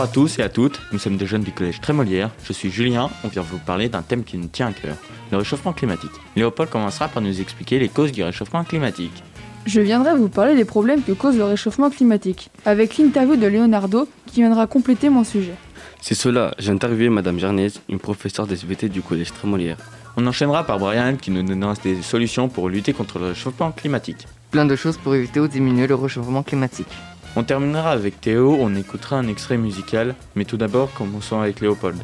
à tous et à toutes, nous sommes des jeunes du collège Trémolière. Je suis Julien, on vient vous parler d'un thème qui nous tient à cœur, le réchauffement climatique. Léopold commencera par nous expliquer les causes du réchauffement climatique. Je viendrai vous parler des problèmes que cause le réchauffement climatique, avec l'interview de Leonardo qui viendra compléter mon sujet. C'est cela, j'ai interviewé Madame Jarnaise, une professeure des SVT du collège Trémolière. On enchaînera par Brian qui nous donnera des solutions pour lutter contre le réchauffement climatique. Plein de choses pour éviter ou diminuer le réchauffement climatique. On terminera avec Théo, on écoutera un extrait musical, mais tout d'abord commençons avec Léopold.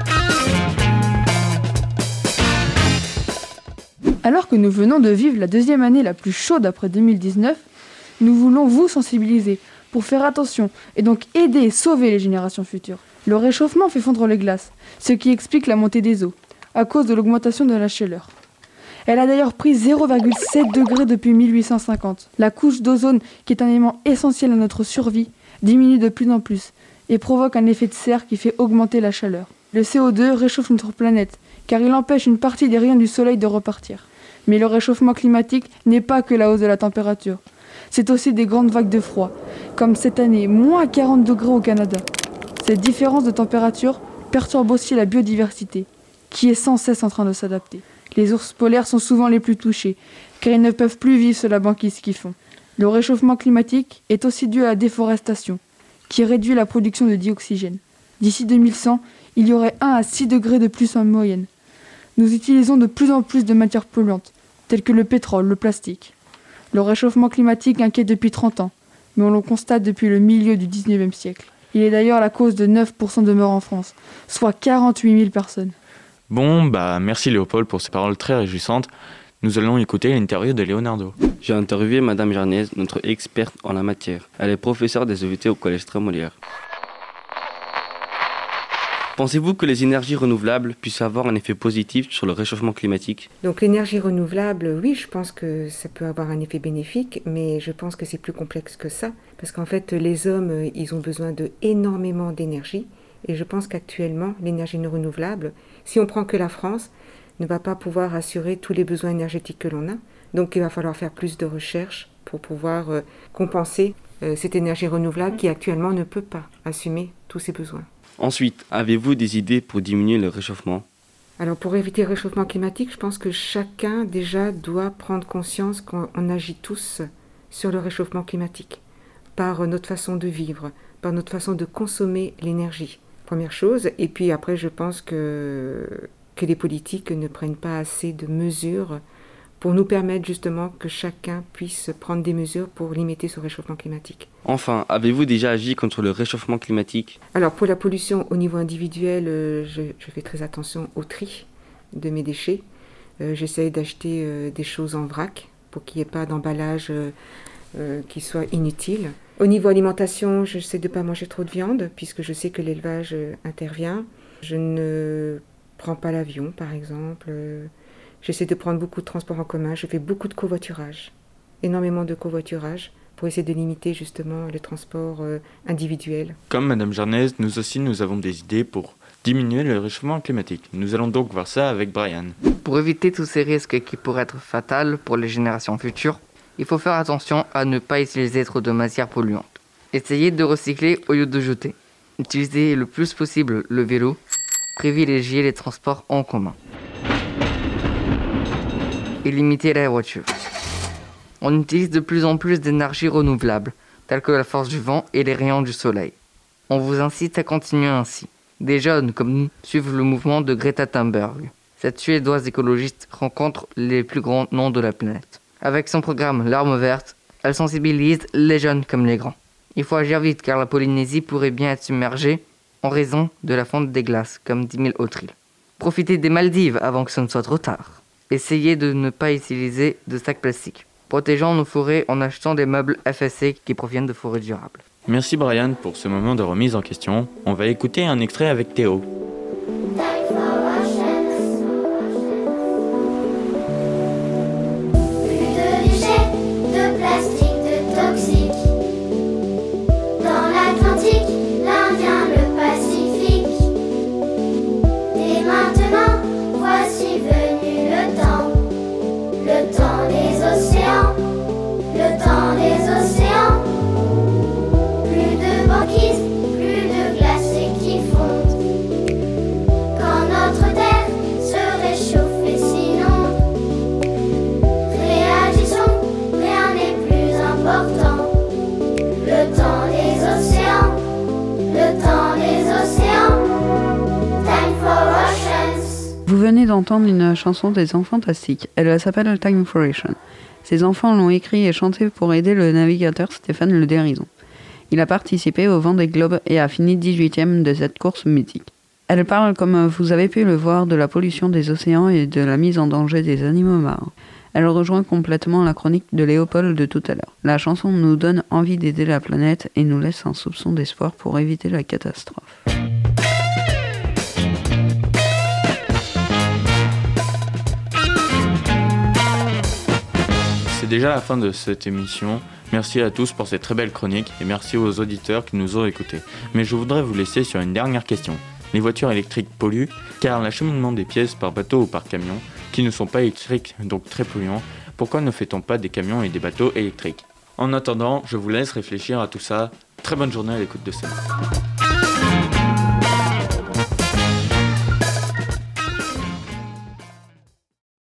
Alors que nous venons de vivre la deuxième année la plus chaude après 2019, nous voulons vous sensibiliser pour faire attention et donc aider et sauver les générations futures. Le réchauffement fait fondre les glaces, ce qui explique la montée des eaux, à cause de l'augmentation de la chaleur. Elle a d'ailleurs pris 0,7 degrés depuis 1850. La couche d'ozone, qui est un élément essentiel à notre survie, diminue de plus en plus et provoque un effet de serre qui fait augmenter la chaleur. Le CO2 réchauffe notre planète, car il empêche une partie des rayons du soleil de repartir. Mais le réchauffement climatique n'est pas que la hausse de la température. C'est aussi des grandes vagues de froid, comme cette année, moins 40 degrés au Canada. Cette différence de température perturbe aussi la biodiversité, qui est sans cesse en train de s'adapter. Les ours polaires sont souvent les plus touchés, car ils ne peuvent plus vivre sur la banquise qu'ils font. Le réchauffement climatique est aussi dû à la déforestation, qui réduit la production de dioxygène. D'ici 2100, il y aurait 1 à 6 degrés de plus en moyenne. Nous utilisons de plus en plus de matières polluantes, telles que le pétrole, le plastique. Le réchauffement climatique inquiète depuis 30 ans, mais on le constate depuis le milieu du 19e siècle. Il est d'ailleurs la cause de 9% de morts en France, soit 48 000 personnes. Bon, merci Léopold pour ces paroles très réjouissantes. Nous allons écouter l'interview de Leonardo. J'ai interviewé Madame Jarnaise, notre experte en la matière. Elle est professeure des EVT au collège Trémolière. Pensez-vous que les énergies renouvelables puissent avoir un effet positif sur le réchauffement climatique ? Donc l'énergie renouvelable, oui, je pense que ça peut avoir un effet bénéfique, mais je pense que c'est plus complexe que ça. Parce qu'en fait, les hommes, ils ont besoin de énormément d'énergie. Et je pense qu'actuellement, l'énergie renouvelable, si on prend que la France, ne va pas pouvoir assurer tous les besoins énergétiques que l'on a. Donc il va falloir faire plus de recherches pour pouvoir compenser cette énergie renouvelable qui actuellement ne peut pas assumer tous ses besoins. Ensuite, avez-vous des idées pour diminuer le réchauffement ? Alors pour éviter le réchauffement climatique, je pense que chacun déjà doit prendre conscience qu'on agit tous sur le réchauffement climatique, par notre façon de vivre, par notre façon de consommer l'énergie. Première chose, et puis après je pense que les politiques ne prennent pas assez de mesures pour nous permettre justement que chacun puisse prendre des mesures pour limiter ce réchauffement climatique. Enfin, avez-vous déjà agi contre le réchauffement climatique ? Alors pour la pollution au niveau individuel, je fais très attention au tri de mes déchets. J'essaie d'acheter des choses en vrac pour qu'il n'y ait pas d'emballage qui soit inutile. Au niveau alimentation, j'essaie de ne pas manger trop de viande puisque je sais que l'élevage intervient. Je ne prends pas l'avion par exemple. J'essaie de prendre beaucoup de transports en commun. Je fais beaucoup de covoiturage, énormément de covoiturage pour essayer de limiter justement le transport individuel. Comme Madame Jarnaise, nous aussi nous avons des idées pour diminuer le réchauffement climatique. Nous allons donc voir ça avec Brian. Pour éviter tous ces risques qui pourraient être fatals pour les générations futures, il faut faire attention à ne pas utiliser trop de matières polluantes. Essayez de recycler au lieu de jeter. Utilisez le plus possible le vélo. Privilégiez les transports en commun. Et limitez la voiture. On utilise de plus en plus d'énergies renouvelables, telles que la force du vent et les rayons du soleil. On vous incite à continuer ainsi. Des jeunes comme nous suivent le mouvement de Greta Thunberg. Cette Suédoise écologiste rencontre les plus grands noms de la planète. Avec son programme L'Arme verte, elle sensibilise les jeunes comme les grands. Il faut agir vite car la Polynésie pourrait bien être submergée en raison de la fonte des glaces, comme 10 000 autres îles. Profitez des Maldives avant que ce ne soit trop tard. Essayez de ne pas utiliser de sacs plastiques. Protégeons nos forêts en achetant des meubles FSC qui proviennent de forêts durables. Merci Brian pour ce moment de remise en question. On va écouter un extrait avec Théo. Le temps des océans, plus de banquise, plus de glace. d'entendre une chanson des Enfants Fantastiques. Elle s'appelle Time Foration. Ces enfants l'ont écrit et chanté pour aider le navigateur Stéphane Le Dérison. Il a participé au Vendée Globe et a fini 18e de cette course mythique. Elle parle, comme vous avez pu le voir, de la pollution des océans et de la mise en danger des animaux marins. Elle rejoint complètement la chronique de Léopold de tout à l'heure. La chanson nous donne envie d'aider la planète et nous laisse un soupçon d'espoir pour éviter la catastrophe. C'est déjà la fin de cette émission. Merci à tous pour cette très belle chronique et merci aux auditeurs qui nous ont écoutés. Mais je voudrais vous laisser sur une dernière question. Les voitures électriques polluent car l'acheminement des pièces par bateau ou par camion, qui ne sont pas électriques, donc très polluants, pourquoi ne fait-on pas des camions et des bateaux électriques ? En attendant, je vous laisse réfléchir à tout ça. Très bonne journée à l'écoute de ça.